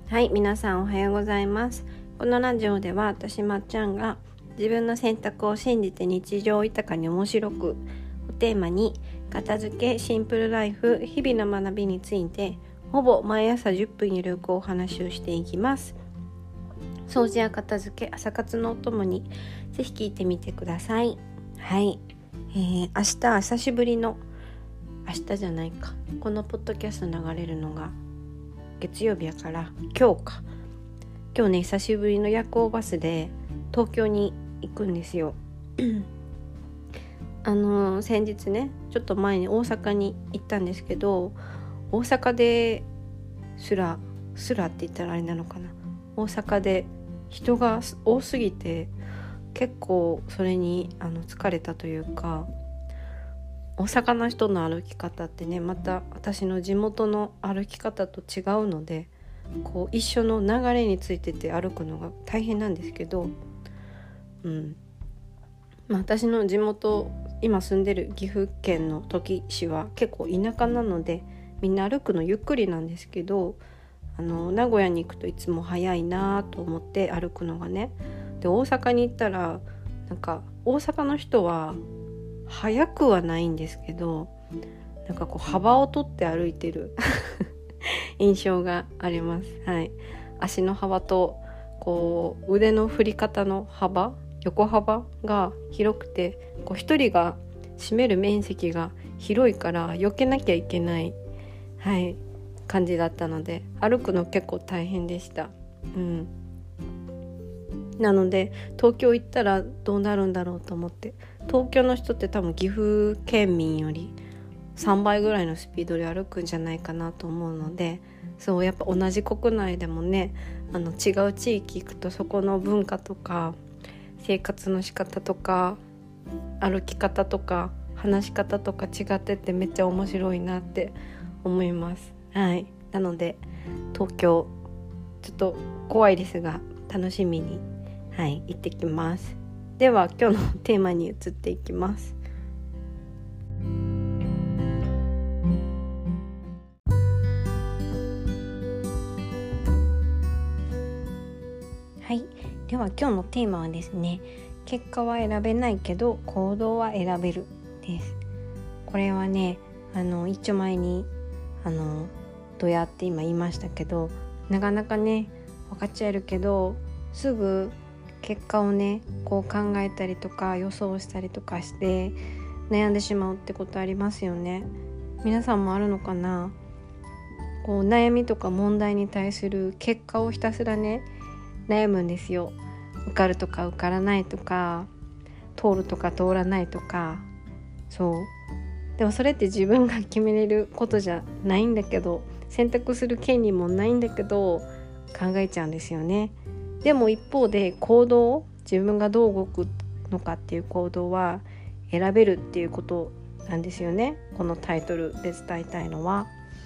はい、皆さんおはようございます。このラジオでは私まっちゃんが自分の選択を信じて日常を豊かに面白くをテーマに、片付け、シンプルライフ、日々の学びについてほぼ毎朝10分ゆるくお話をしていきます。掃除や片付け、朝活のお供にぜひ聞いてみてください。はい、明日久しぶりの明日じゃないかこのポッドキャスト流れるのが月曜日やから今日ね、久しぶりの夜行バスで東京に行くんですよ先日ね、ちょっと前に大阪に行ったんですけど、大阪ですらって言ったらあれなのかな、大阪で人が多すぎて結構それに疲れたというか、大阪の人の歩き方ってね、また私の地元の歩き方と違うので、こう一緒の流れについてて歩くのが大変なんですけど、私の地元、今住んでる岐阜県の土岐市は結構田舎なので、みんな歩くのゆっくりなんですけど、名古屋に行くといつも早いなと思って歩くのがね。で、大阪に行ったらなんか大阪の人は速くはないんですけど、なんかこう幅を取って歩いてる印象があります。はい、足の幅とこう腕の振り方の幅、横幅が広くて、こう一人が占める面積が広いから避けなきゃいけない、感じだったので、歩くの結構大変でした。なので東京行ったらどうなるんだろうと思って、東京の人って多分岐阜県民より3倍ぐらいのスピードで歩くんじゃないかなと思うので、そうやっぱ同じ国内でもね、違う地域行くとそこの文化とか生活の仕方とか歩き方とか話し方とか違っててめっちゃ面白いなって思います。なので東京ちょっと怖いですが楽しみに行ってきます。では今日のテーマに移っていきます。では今日のテーマはですね、結果は選べないけど行動は選べるです。これはね、一丁前にどうやって今言いましたけど、なかなかね分かっちゃえるけど、すぐ結果をねこう考えたりとか予想したりとかして悩んでしまうってことありますよね。皆さんもあるのかな。こう悩みとか問題に対する結果をひたすらね悩むんですよ。受かるとか受からないとか、通るとか通らないとか。でもそれって自分が決めれることじゃないんだけど、選択する権利もないんだけど考えちゃうんですよね。でも一方で行動、自分がどう動くのかっていう行動は選べるっていうことなんですよね。このタイトルで伝えたいのは、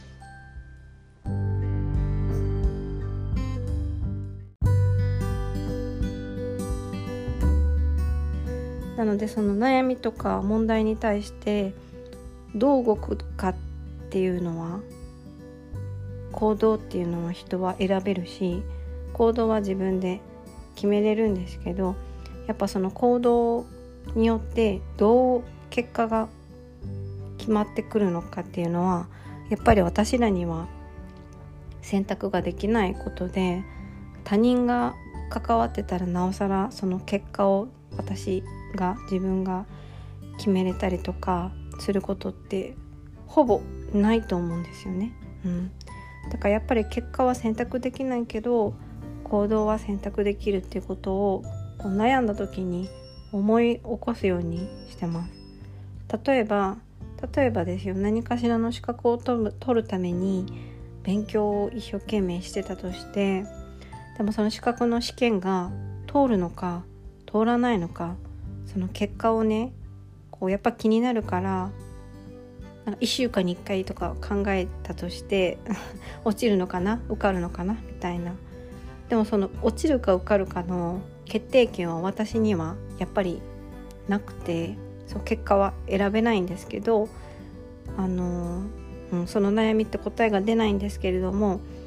なのでその悩みとか問題に対してどう動くかっていうのは、行動っていうのは人は選べるし、行動は自分で決めれるんですけど、やっぱその行動によってどう結果が決まってくるのかっていうのは、やっぱり私らには選択ができないことで、他人が関わってたらなおさらその結果を自分が決めれたりとかすることってほぼないと思うんですよね。だからやっぱり結果は選択できないけど行動は選択できるっていうことをこう悩んだ時に思い起こすようにしてます。例えばですよ、何かしらの資格を取るために勉強を一生懸命してたとして、でもその資格の試験が通るのか通らないのか、その結果をねこうやっぱ気になるから、1週間に1回とか考えたとして落ちるのかな受かるのかなみたいな。でもその落ちるか受かるかの決定権は私にはやっぱりなくて、結果は選べないんですけど、その悩みって答えが出ないんですけれども、やっ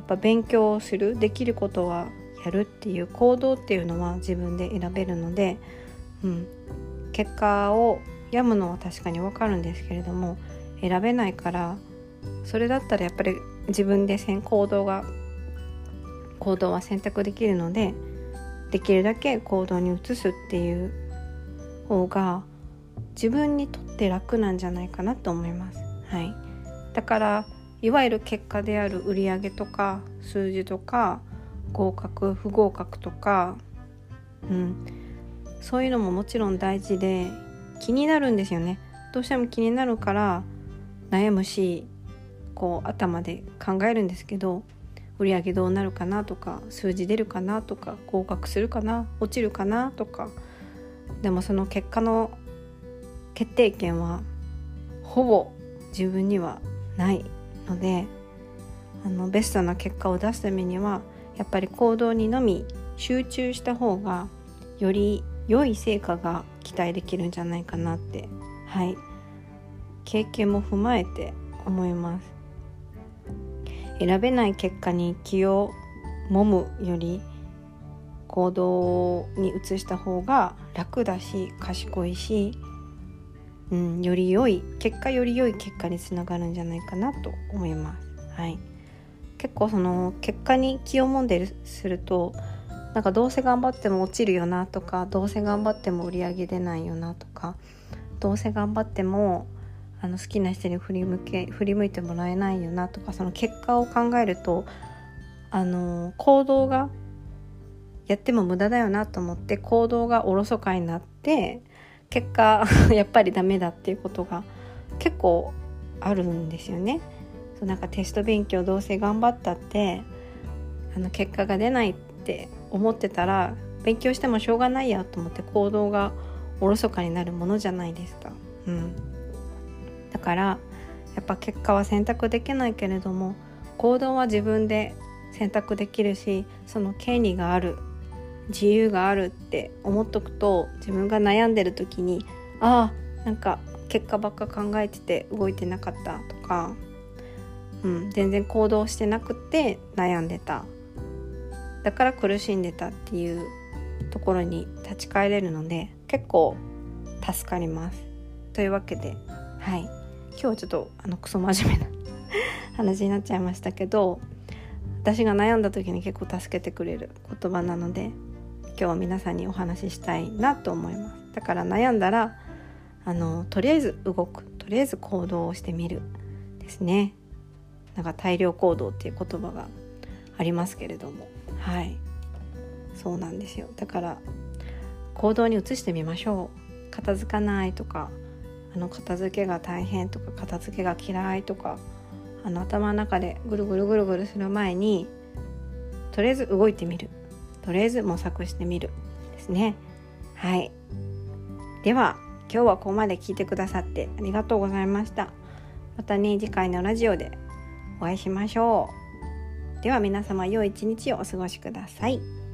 ぱ勉強をする、できることはやるっていう行動っていうのは自分で選べるので、結果を病むのは確かに分かるんですけれども、選べないから、それだったらやっぱり自分で行動は選択できるので、できるだけ行動に移すっていう方が自分にとって楽なんじゃないかなと思います。だからいわゆる結果である売上とか数字とか合格不合格とか、そういうのももちろん大事で気になるんですよね。どうしても気になるから悩むし、頭で考えるんですけど、売上どうなるかなとか、数字出るかなとか、合格するかな、落ちるかなとか。でもその結果の決定権はほぼ自分にはないので、ベストな結果を出すためにはやっぱり行動にのみ集中した方がより良い成果が期待できるんじゃないかなって、経験も踏まえて思います。選べない結果に気を揉むより行動に移した方が楽だし賢いし、より良い結果につながるんじゃないかなと思います。結構その結果に気を揉んですると、なんかどうせ頑張っても落ちるよなとか、どうせ頑張っても売り上げ出ないよなとか、どうせ頑張っても好きな人に振り向いてもらえないよなとか、その結果を考えると行動がやっても無駄だよなと思って行動がおろそかになって、結果やっぱりダメだっていうことが結構あるんですよね。なんかテスト勉強どうせ頑張ったって結果が出ないって思ってたら、勉強してもしょうがないやと思って行動がおろそかになるものじゃないですか。だからやっぱ結果は選択できないけれども、行動は自分で選択できるし、その権利がある、自由があるって思っとくと、自分が悩んでる時になんか結果ばっか考えてて動いてなかったとか、全然行動してなくて悩んでた、だから苦しんでたっていうところに立ち返れるので、結構助かります。というわけで、今日はちょっとクソ真面目な話になっちゃいましたけど、私が悩んだ時に結構助けてくれる言葉なので、今日は皆さんにお話ししたいなと思います。だから悩んだらとりあえず動く、とりあえず行動をしてみるですね。なんか大量行動っていう言葉がありますけれども、そうなんですよ。だから行動に移してみましょう。片付かないとか、片付けが大変とか、片付けが嫌いとか、頭の中でぐるぐるする前に、とりあえず動いてみる、とりあえず模索してみるですね。では今日はここまで聞いてくださってありがとうございました。またね、次回のラジオでお会いしましょう。では皆様、良い一日をお過ごしください。